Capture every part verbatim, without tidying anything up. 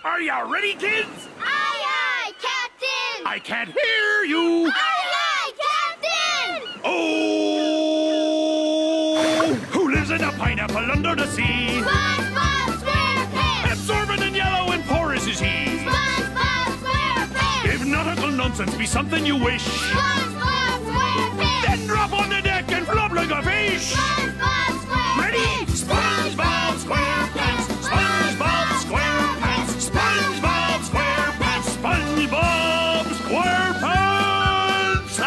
Are you ready, kids? Aye, aye, Captain! I can't hear you! Aye, aye, Captain! Oh! Who lives in a pineapple under the sea? SpongeBob SquarePants! Absorbent and yellow and porous is he. SpongeBob SquarePants! If nautical nonsense be something you wish, SpongeBob SquarePants! then drop on the deck and flop like a fish! SpongeBob SquarePants! Ready? SpongeBob SquarePants! SpongeBob SquarePants! SpongeBob SquarePants! SpongeBob SquarePants!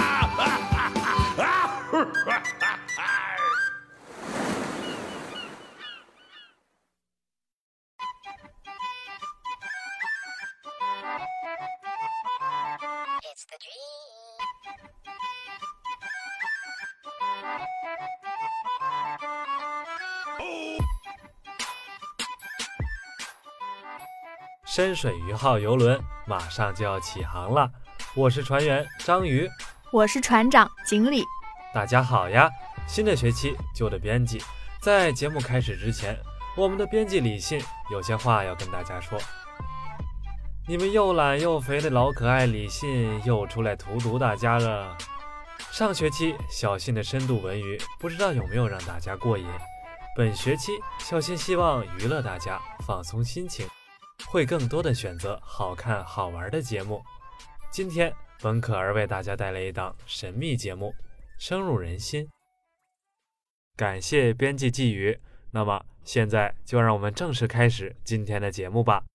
It's the dream. 深水鱼号游轮马上就要起航了，我是船员章鱼， 我是船长锦鲤。 大家好呀！新的学期，旧的编辑。在节目开始之前，我们的编辑李信有些话要跟大家说。你们又懒又肥的老可爱李信又出来荼毒大家了。上学期小信的深度文娱不知道有没有让大家过瘾，本学期小信希望娱乐大家，放松心情，会更多的选择好看好玩的节目。今天本可儿为大家带来一档神秘节目，深入人心。感谢编辑寄语，那么现在就让我们正式开始今天的节目吧。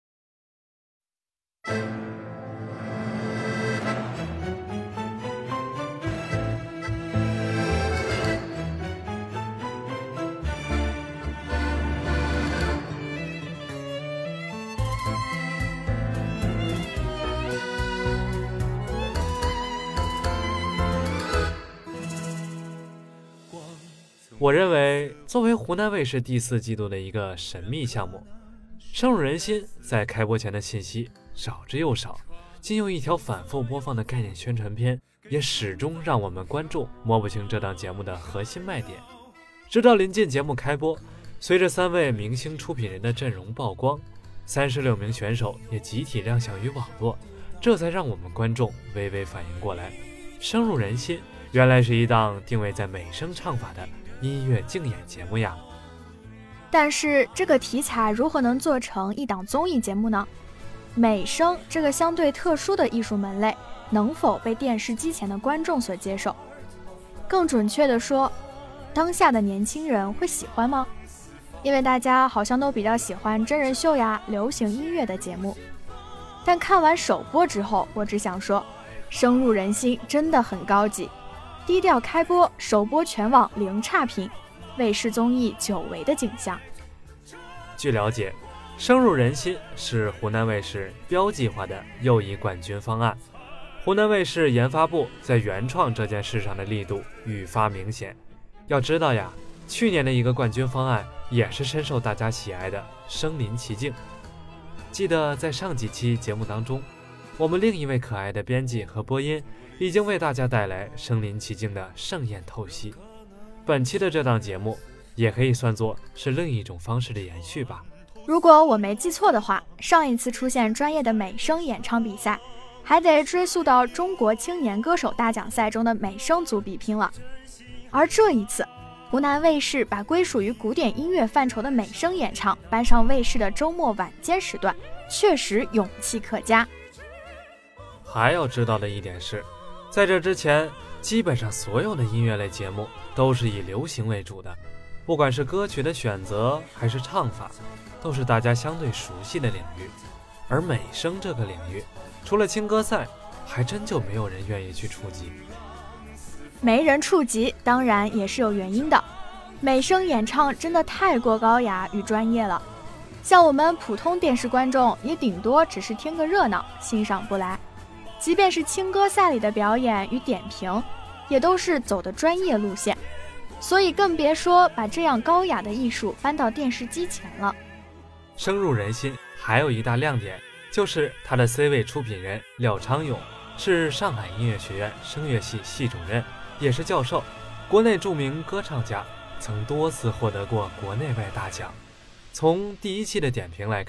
我认为作为湖南卫视第四季度的一个神秘项目，深入人心，在开播前的信息少之又少，仅有一条反复播放的概念宣传片，也始终让我们观众摸不清这档节目的核心卖点。直到临近节目开播，随着三位明星出品人的阵容曝光，三十六名选手也集体亮相于网络，这才让我们观众微微反应过来，深入人心原来是一档定位在美声唱法的音乐竞演节目呀。 但是这个题材如何能做成一档综艺节目呢？美声这个相对特殊的艺术门类，能否被电视机前的观众所接受？更准确地说，当下的年轻人会喜欢吗？因为大家好像都比较喜欢真人秀呀、流行音乐的节目。但看完首播之后，我只想说，深入人心真的很高级。低调开播，首播全网零差评，卫视综艺久违的景象。 据了解，深入人心是湖南卫视标记化的又一冠军方案。湖南卫视研发部在原创这件事上的力度愈发明显。要知道呀，去年的一个冠军方案也是深受大家喜爱的身临其境。记得在上几期节目当中，我们另一位可爱的编辑和播音已经为大家带来身临其境的盛宴透析。本期的这档节目也可以算作是另一种方式的延续吧。 如果我没记错的话，上一次出现专业的美声演唱比赛，还得追溯到中国青年歌手大奖赛中的美声组比拼了。而这一次，湖南卫视把归属于古典音乐范畴的美声演唱搬上卫视的周末晚间时段，确实勇气可嘉。 还要知道的一点是，在这之前，基本上所有的音乐类节目都是以流行为主的，不管是歌曲的选择还是唱法，都是大家相对熟悉的领域。而美声这个领域，除了青歌赛，还真就没有人愿意去触及。 没人触及，当然也是有原因的。美声演唱真的太过高雅与专业了，像我们普通电视观众也顶多只是听个热闹，欣赏不来。即便是青歌赛里的表演与点评，也都是走的专业路线，所以更别说把这样高雅的艺术搬到电视机前了。 深入人心还有一大亮点，就是他的 C 位出品人廖昌永是上海音乐学院声乐系系主任，也是教授，国内著名歌唱家，曾多次获得过国内外大奖。从第一期的点评来看，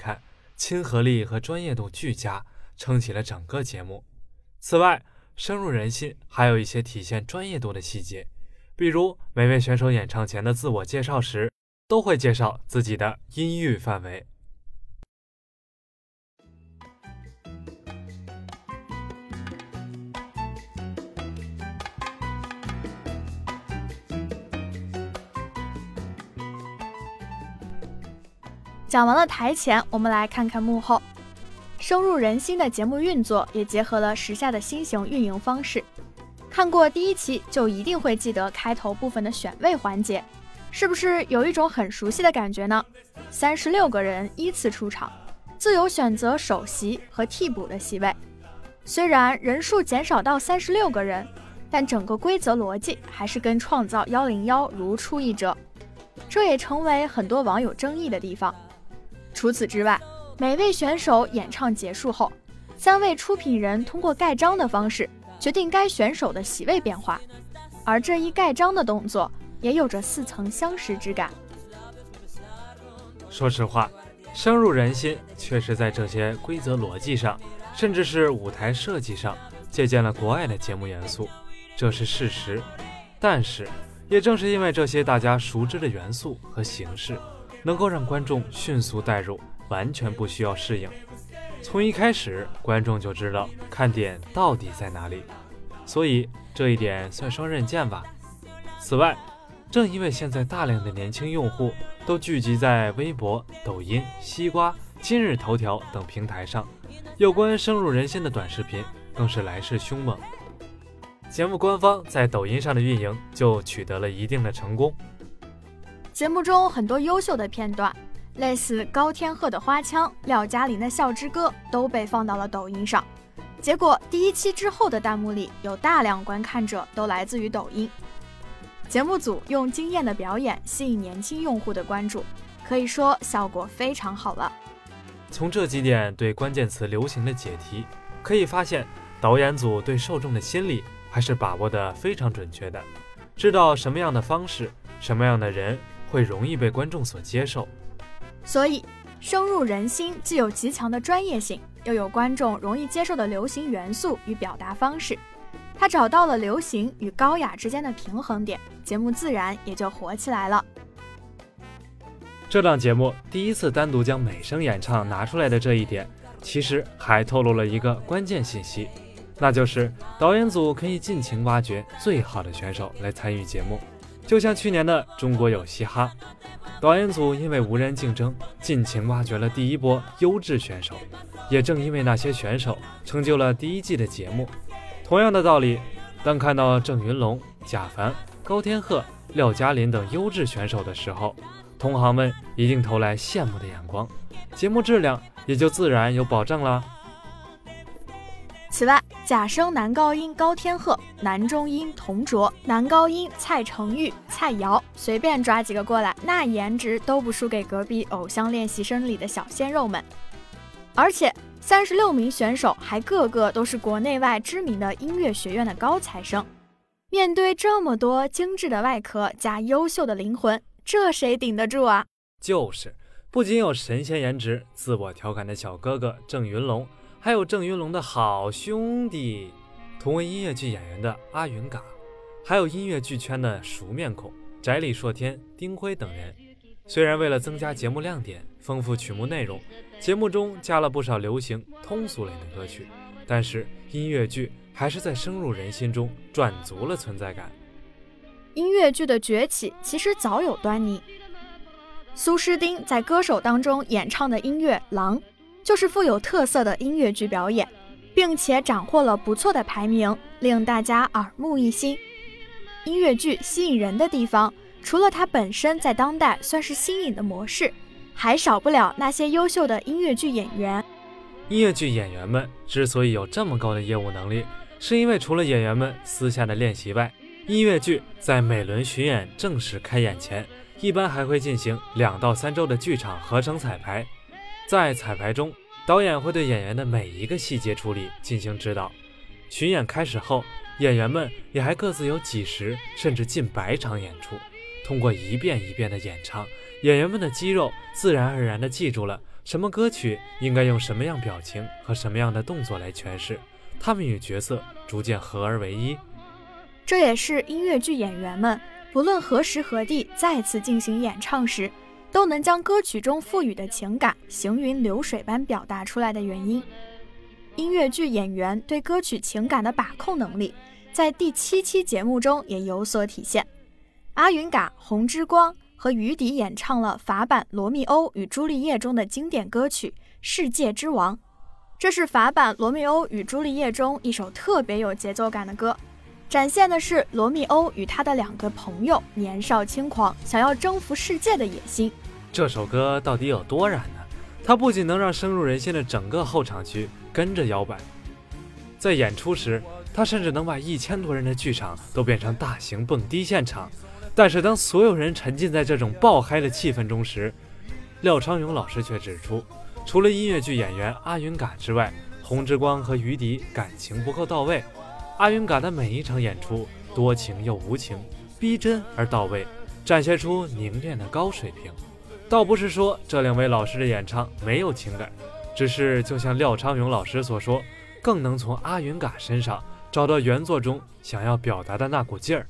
亲和力和专业度俱佳，撑起了整个节目。此外，深入人心还有一些体现专业度的细节，比如每位选手演唱前的自我介绍时，都会介绍自己的音域范围。 讲完了台前，我们来看看幕后。深入人心的节目运作也结合了时下的新型运营方式。看过第一期就一定会记得开头部分的选位环节，是不是有一种很熟悉的感觉呢？三十六个人依次出场，自由选择首席和替补的席位。虽然人数减少到三十六个人，但整个规则逻辑还是跟创造一零一如出一辙，这也成为很多网友争议的地方。除此之外，每位选手演唱结束后，三位出品人通过盖章的方式决定该选手的席位变化，而这一盖章的动作也有着似曾相识之感。 说实话，深入人心确实在这些规则逻辑上，甚至是舞台设计上借鉴了国外的节目元素，这是事实。但是也正是因为这些大家熟知的元素和形式，能够让观众迅速带入，完全不需要适应。从一开始，观众就知道看点到底在哪里，所以这一点算双刃剑吧。此外，正因为现在大量的年轻用户都聚集在微博、抖音、西瓜、今日头条等平台上，有关深入人心的短视频更是来势凶猛。节目官方在抖音上的运营就取得了一定的成功。 节目中很多优秀的片段，类似高天鹤的花腔、廖嘉玲的笑之歌都被放到了抖音上。结果第一期之后的弹幕里有大量观看者都来自于抖音。节目组用惊艳的表演吸引年轻用户的关注，可以说效果非常好了。 从这几点对关键词流行的解题，可以发现导演组对受众的心理还是把握得非常准确的，知道什么样的方式、什么样的人会容易被观众所接受。 所以深入人心既有极强的专业性，又有观众容易接受的流行元素与表达方式，他找到了流行与高雅之间的平衡点，节目自然也就火起来了。 这档节目第一次单独将美声演唱拿出来的这一点，其实还透露了一个关键信息，那就是导演组可以尽情挖掘最好的选手来参与节目。就像去年的中国有嘻哈，导演组因为无人竞争，尽情挖掘了第一波优质选手，也正因为那些选手成就了第一季的节目。同样的道理，当看到郑云龙、贾凡、高天鹤、廖嘉玲等优质选手的时候，同行们一定投来羡慕的眼光，节目质量也就自然有保证了。 此外，假声男高音高天鹤、男中音童卓、男高音蔡成玉、蔡瑶，随便抓几个过来，那颜值都不输给隔壁偶像练习生里的小鲜肉们。而且三十六名选手还个个都是国内外知名的音乐学院的高材生，面对这么多精致的外壳加优秀的灵魂，这谁顶得住啊？ 就是，不仅有神仙颜值、自我调侃的小哥哥郑云龙，还有郑云龙的好兄弟，同为音乐剧演员的阿云嘎，还有音乐剧圈的熟面孔翟李硕天、丁辉等人。虽然为了增加节目亮点、丰富曲目内容，节目中加了不少流行通俗类的歌曲，但是音乐剧还是在深入人心中赚足了存在感。 音乐剧的崛起其实早有端倪。苏诗丁在歌手当中演唱的音乐《狼》就是富有特色的音乐剧表演，并且斩获了不错的排名，令大家耳目一新。音乐剧吸引人的地方，除了它本身在当代算是新颖的模式，还少不了那些优秀的音乐剧演员。 音乐剧演员们之所以有这么高的业务能力，是因为除了演员们私下的练习外，音乐剧在每轮巡演正式开演前，一般还会进行两到三周的剧场合成彩排。在彩排中，导演会对演员的每一个细节处理进行指导。巡演开始后，演员们也还各自有几十甚至近百场演出， 通过一遍一遍的演唱，演员们的肌肉自然而然地记住了什么歌曲应该用什么样表情和什么样的动作来诠释，他们与角色逐渐合而为一。 这也是音乐剧演员们不论何时何地再次进行演唱时，都能将歌曲中赋予的情感行云流水般表达出来的原因。音乐剧演员对歌曲情感的把控能力，在第七期节目中也有所体现。阿云嘎、洪之光和于迪演唱了法版《罗密欧与朱丽叶》中的经典歌曲《世界之王》，这是法版《罗密欧与朱丽叶》中一首特别有节奏感的歌，展现的是罗密欧与他的两个朋友年少轻狂，想要征服世界的野心。 这首歌到底有多燃呢？它不仅能让深入人心的整个后场区跟着摇摆，在演出时，它甚至能把一千多人的剧场都变成大型蹦迪现场。但是当所有人沉浸在这种爆嗨的气氛中时，廖昌永老师却指出，除了音乐剧演员阿云嘎之外，洪之光和于迪感情不够到位。阿云嘎的每一场演出多情又无情，逼真而到位，展现出凝练的高水平。倒不是说这两位老师的演唱没有情感，只是就像廖昌永老师所说，更能从阿云嘎身上找到原作中想要表达的那股劲儿。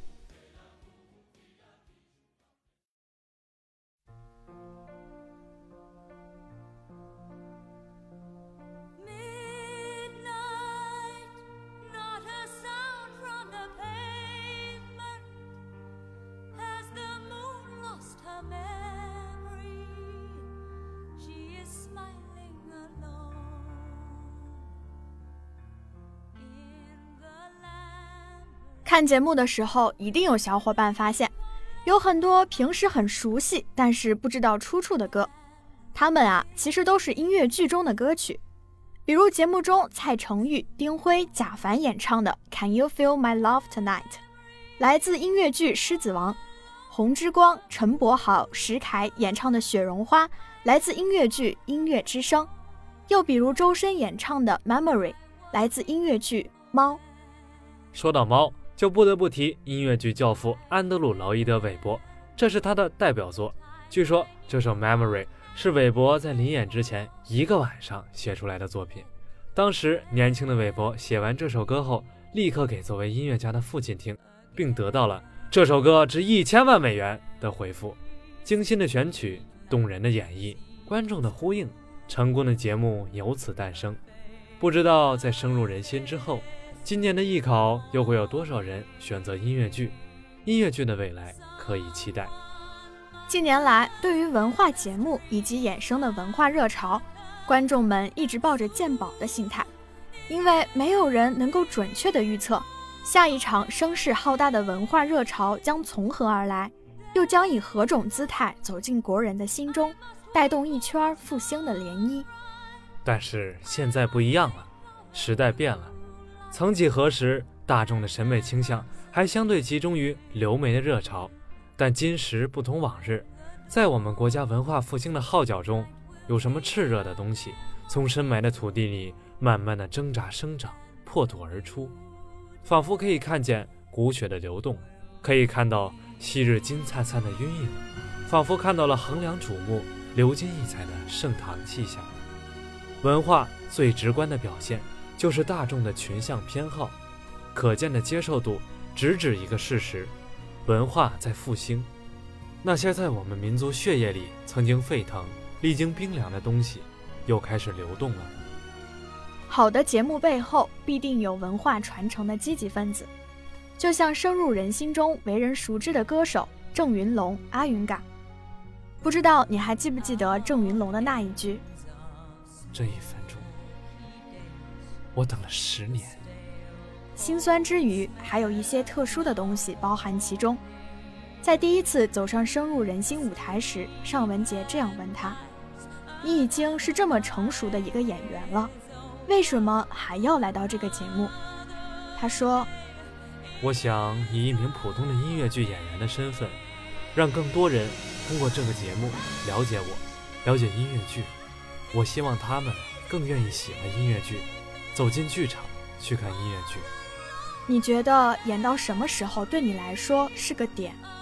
看节目的时候，一定有小伙伴发现，有很多平时很熟悉但是不知道出处的歌，他们啊其实都是音乐剧中的歌曲。比如节目中蔡成玉、丁辉、贾凡演唱的 Can You Feel My Love Tonight 来自音乐剧《狮子王》，洪之光、陈柏豪、石凯演唱的《雪绒花》来自音乐剧《音乐之声》，又比如周深演唱的 Memory 来自音乐剧《猫》。 说到猫，就不得不提音乐剧教父安德鲁·劳伊德·韦伯，这是他的代表作。据说这首 Memory 是韦伯在临演之前一个晚上写出来的作品。当时年轻的韦伯写完这首歌后，立刻给作为音乐家的父亲听，并得到了这首歌值一千万美元的回复。精心的选曲，动人的演绎，观众的呼应，成功的节目由此诞生。不知道在深入人心之后，今年的艺考又会有多少人选择音乐剧？音乐剧的未来可以期待。 近年来，对于文化节目以及衍生的文化热潮，观众们一直抱着鉴宝的心态，因为没有人能够准确地预测下一场声势浩大的文化热潮将从何而来，又将以何种姿态走进国人的心中，带动一圈复兴的涟漪。 但是现在不一样了，时代变了。曾几何时，大众的审美倾向还相对集中于留美的热潮，但今时不同往日，在我们国家文化复兴的号角中，有什么炽热的东西从深埋的土地里慢慢的挣扎生长，破土而出，仿佛可以看见骨血的流动，可以看到昔日金灿灿的晕影，仿佛看到了衡量瞩目、流金溢彩的盛唐气象。文化最直观的表现就是大众的群像偏好，可见的接受度直指一个事实：文化在复兴。那些在我们民族血液里曾经沸腾、历经冰凉的东西，又开始流动了。 好的节目背后必定有文化传承的积极分子，就像深入人心中为人熟知的歌手郑云龙、阿云嘎。不知道你还记不记得郑云龙的那一句： 这一分钟我等了十年。 心酸之余，还有一些特殊的东西包含其中。在第一次走上深入人心舞台时，尚雯婕这样问他：你已经是这么成熟的一个演员了，为什么还要来到这个节目？他说： 我想以一名普通的音乐剧演员的身份，让更多人通过这个节目了解我，了解音乐剧。我希望他们更愿意喜欢音乐剧，走进剧场去看音乐剧。 你觉得演到什么时候对你来说是个点？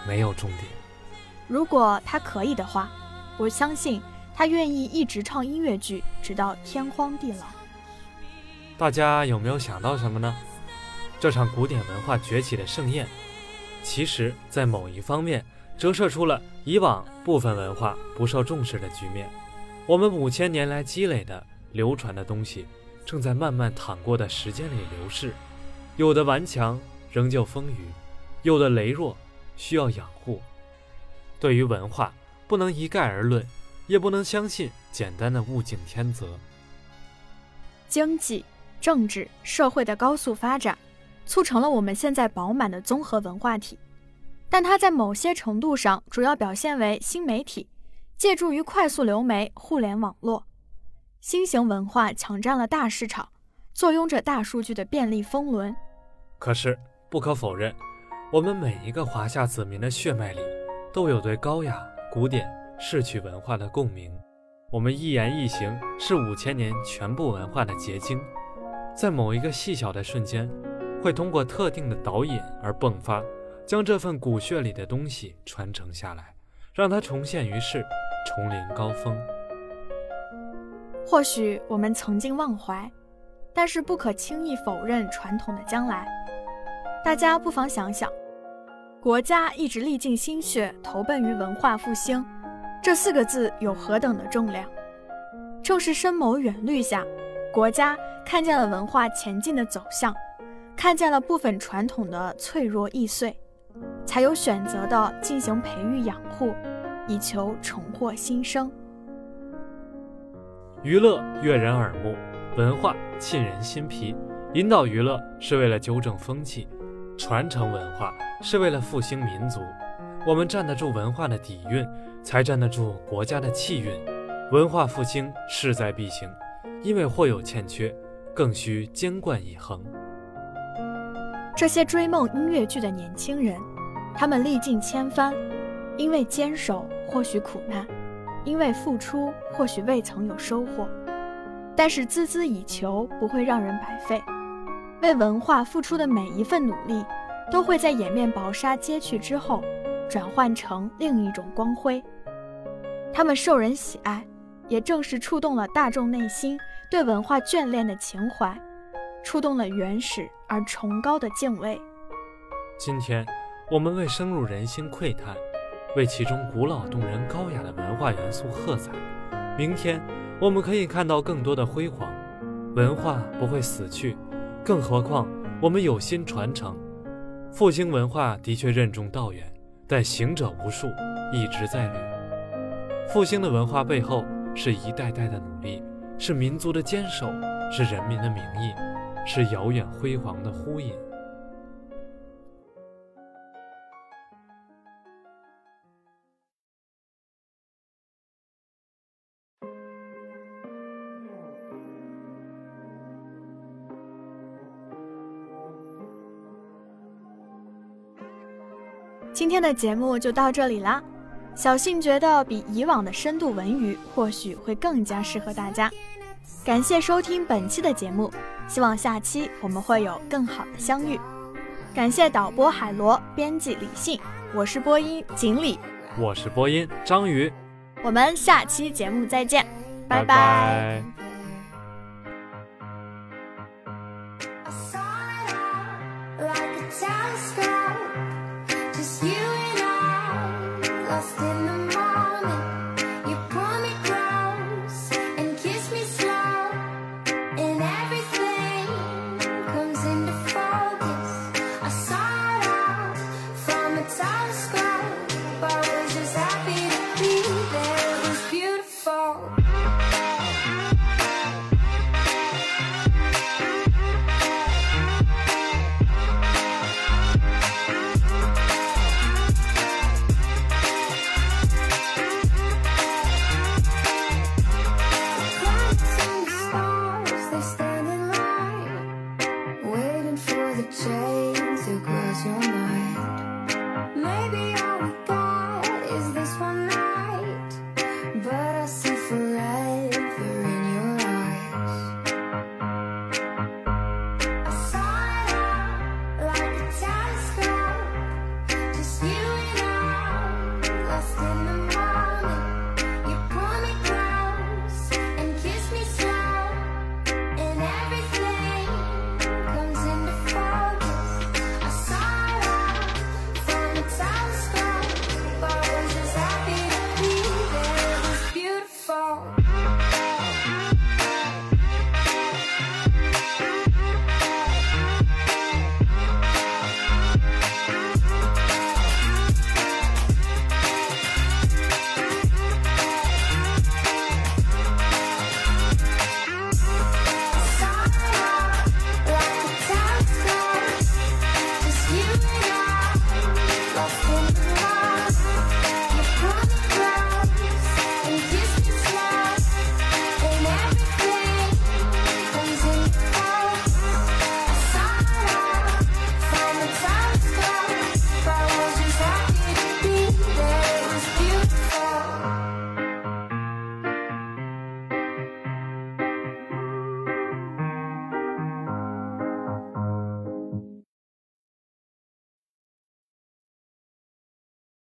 没有终点。 如果他可以的话，我相信他愿意一直唱音乐剧，直到天荒地老。 大家有没有想到什么呢？这场古典文化崛起的盛宴，其实在某一方面折射出了以往部分文化不受重视的局面。我们五千年来积累的流传的东西，正在慢慢淌过的时间里流逝，有的顽强仍旧丰腴，有的羸弱需要养护。对于文化，不能一概而论，也不能相信简单的物竞天择。 经济、政治、社会的高速发展，促成了我们现在饱满的综合文化体，但它在某些程度上主要表现为新媒体，借助于快速流媒、互联网络。新型文化抢占了大市场，坐拥着大数据的便利风轮。 可是不可否认，我们每一个华夏子民的血脉里都有对高雅、古典、逝去文化的共鸣。我们一言一行是五千年全部文化的结晶，在某一个细小的瞬间，会通过特定的导引而迸发，将这份骨血里的东西传承下来，让它重现于世，重临高峰。 或许我们曾经忘怀，但是不可轻易否认传统的将来。大家不妨想想，国家一直历尽心血投奔于文化复兴，这四个字有何等的重量。正是深谋远虑下，国家看见了文化前进的走向，看见了部分传统的脆弱易碎，才有选择的进行培育养护，以求重获新生。 娱乐悦人耳目，文化沁人心脾。引导娱乐是为了纠正风气，传承文化是为了复兴民族。我们站得住文化的底蕴，才站得住国家的气运。文化复兴势在必行，因为或有欠缺，更需坚贯以恒。 这些追梦音乐剧的年轻人，他们历尽千帆，因为坚守或许苦难，因为付出或许未曾有收获，但是孜孜以求不会让人白费。为文化付出的每一份努力，都会在掩面薄纱揭去之后，转换成另一种光辉。他们受人喜爱，也正是触动了大众内心对文化眷恋的情怀，触动了原始而崇高的敬畏。 今天我们为深入人心喟叹，为其中古老动人高雅的文化元素喝彩。明天我们可以看到更多的辉煌。文化不会死去，更何况我们有心传承。复兴文化的确任重道远，但行者无数，一直在履。复兴的文化背后是一代代的努力，是民族的坚守，是人民的名义，是遥远辉煌的呼引。 今天的节目就到这里啦，小信觉得比以往的深度文娱或许会更加适合大家。感谢收听本期的节目，希望下期我们会有更好的相遇。感谢导播海螺，编辑李信，我是播音锦鲤， 我是播音章鱼， 我们下期节目再见，拜拜。 拜拜。 But I was just happy to be there. It was beautiful.